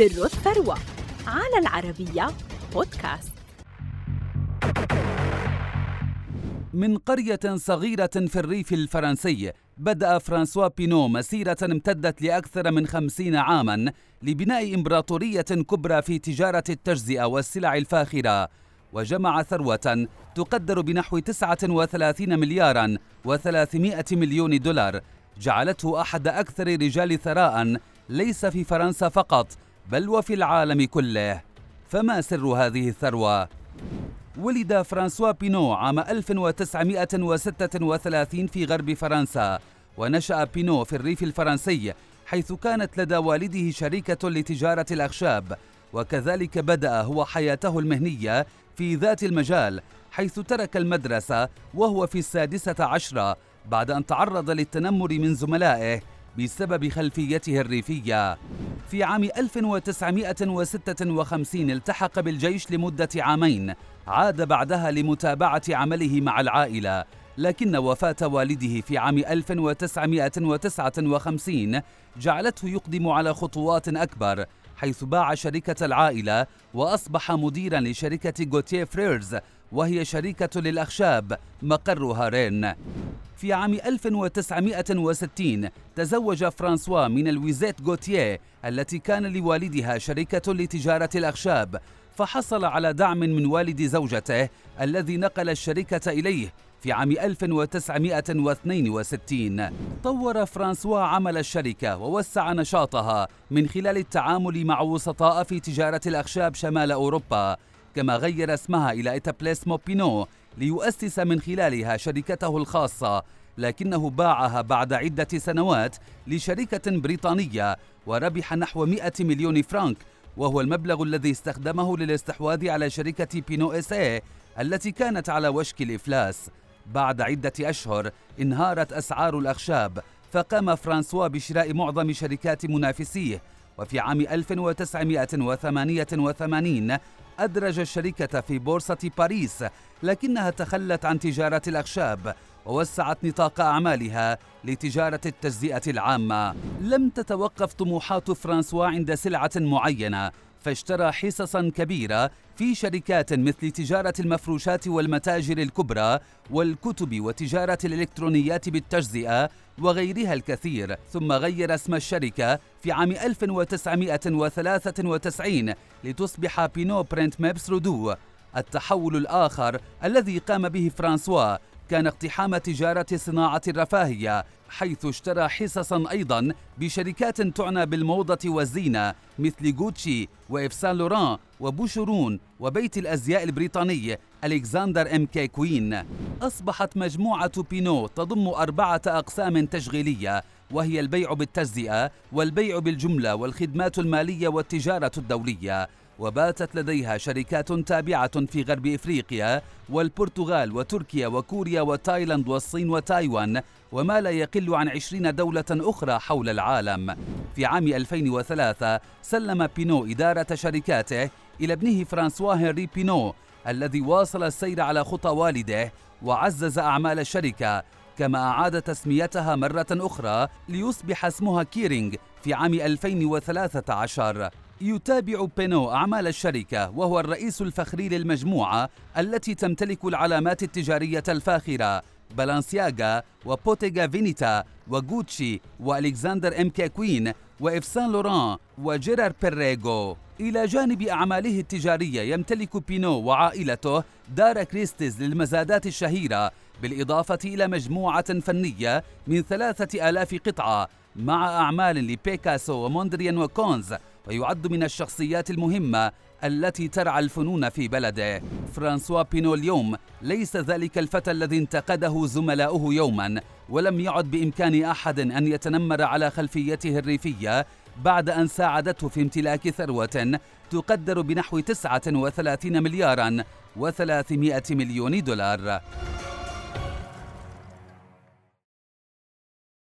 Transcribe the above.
سر الثروة على العربية بودكاست. من قرية صغيرة في الريف الفرنسي بدأ فرانسوا بينو مسيرة امتدت لأكثر من 50 عاماً لبناء إمبراطورية كبرى في تجارة التجزئة والسلع الفاخرة، وجمع ثروة تقدر بنحو 39 ملياراً و300 مليون دولار، جعلته أحد أكثر رجال ثراء ليس في فرنسا فقط بل وفي العالم كله. فما سر هذه الثروة؟ ولد فرانسوا بينو عام 1936 في غرب فرنسا، ونشأ بينو في الريف الفرنسي حيث كانت لدى والده شركة لتجارة الأخشاب، وكذلك بدأ هو حياته المهنية في ذات المجال، حيث ترك المدرسة وهو في 16 بعد أن تعرض للتنمر من زملائه بسبب خلفيته الريفية. في عام 1956 التحق بالجيش لمدة عامين، عاد بعدها لمتابعة عمله مع العائلة، لكن وفاة والده في عام 1959 جعلته يقدم على خطوات أكبر، حيث باع شركة العائلة وأصبح مديراً لشركة غوتيه فريرز، وهي شركة للأخشاب مقرها رين. في عام 1960 تزوج فرانسوا من لويزيت غوتيه التي كان لوالدها شركة لتجارة الأخشاب، فحصل على دعم من والد زوجته الذي نقل الشركة إليه في عام 1962. طور فرانسوا عمل الشركة ووسع نشاطها من خلال التعامل مع وسطاء في تجارة الأخشاب شمال أوروبا، كما غير اسمها إلى إتابليسمون بينو ليؤسس من خلالها شركته الخاصة، لكنه باعها بعد عدة سنوات لشركة بريطانية وربح نحو 100 مليون فرنك، وهو المبلغ الذي استخدمه للاستحواذ على شركة بينو اس.اي التي كانت على وشك الإفلاس. بعد عدة أشهر انهارت أسعار الأخشاب، فقام فرانسوا بشراء معظم شركات منافسيه، وفي عام 1988 أدرج الشركة في بورصة باريس، لكنها تخلت عن تجارة الأخشاب ووسعت نطاق أعمالها لتجارة التجزئة العامة. لم تتوقف طموحات فرانسوا عند سلعة معينة، فاشترى حصصاً كبيرة في شركات مثل تجارة المفروشات والمتاجر الكبرى والكتب وتجارة الإلكترونيات بالتجزئة وغيرها الكثير، ثم غير اسم الشركة في عام 1993 لتصبح بينو برينت ميبس رودو. التحول الآخر الذي قام به فرانسوا كان اقتحام تجارة صناعة الرفاهية، حيث اشترى حصصاً أيضاً بشركات تعنى بالموضة والزينة مثل غوتشي وإيف سان لوران وبوشرون وبيت الأزياء البريطاني ألكسندر MK كوين. أصبحت مجموعة بينو تضم 4 أقسام تشغيلية، وهي البيع بالتجزئة والبيع بالجملة والخدمات المالية والتجارة الدولية، وباتت لديها شركات تابعة في غرب إفريقيا والبرتغال وتركيا وكوريا وتايلاند والصين وتايوان، وما لا يقل عن 20 دولة أخرى حول العالم. في عام 2003 سلم بينو إدارة شركاته إلى ابنه فرانسوا هنري بينو الذي واصل السير على خطى والده وعزز أعمال الشركة، كما أعاد تسميتها مرة أخرى ليصبح اسمها كيرينغ في عام 2013. يتابع بينو أعمال الشركة، وهو الرئيس الفخري للمجموعة التي تمتلك العلامات التجارية الفاخرة بالانسياغا وبوتيغا فينيتا وغوتشي وألكسندر MK كوين وإيف سان لوران وجيرار بيريغو. إلى جانب أعماله التجارية يمتلك بينو وعائلته دار كريستيز للمزادات الشهيرة، بالإضافة إلى مجموعة فنية من 3000 قطعة مع أعمال لبيكاسو وموندريان وكونز، ويعد من الشخصيات المهمة التي ترعى الفنون في بلده. فرانسوا بينو اليوم ليس ذلك الفتى الذي انتقده زملاؤه يوما، ولم يعد بإمكان أحد أن يتنمر على خلفيته الريفية بعد أن ساعدته في امتلاك ثروة تقدر بنحو 39 ملياراً و300 مليون دولار.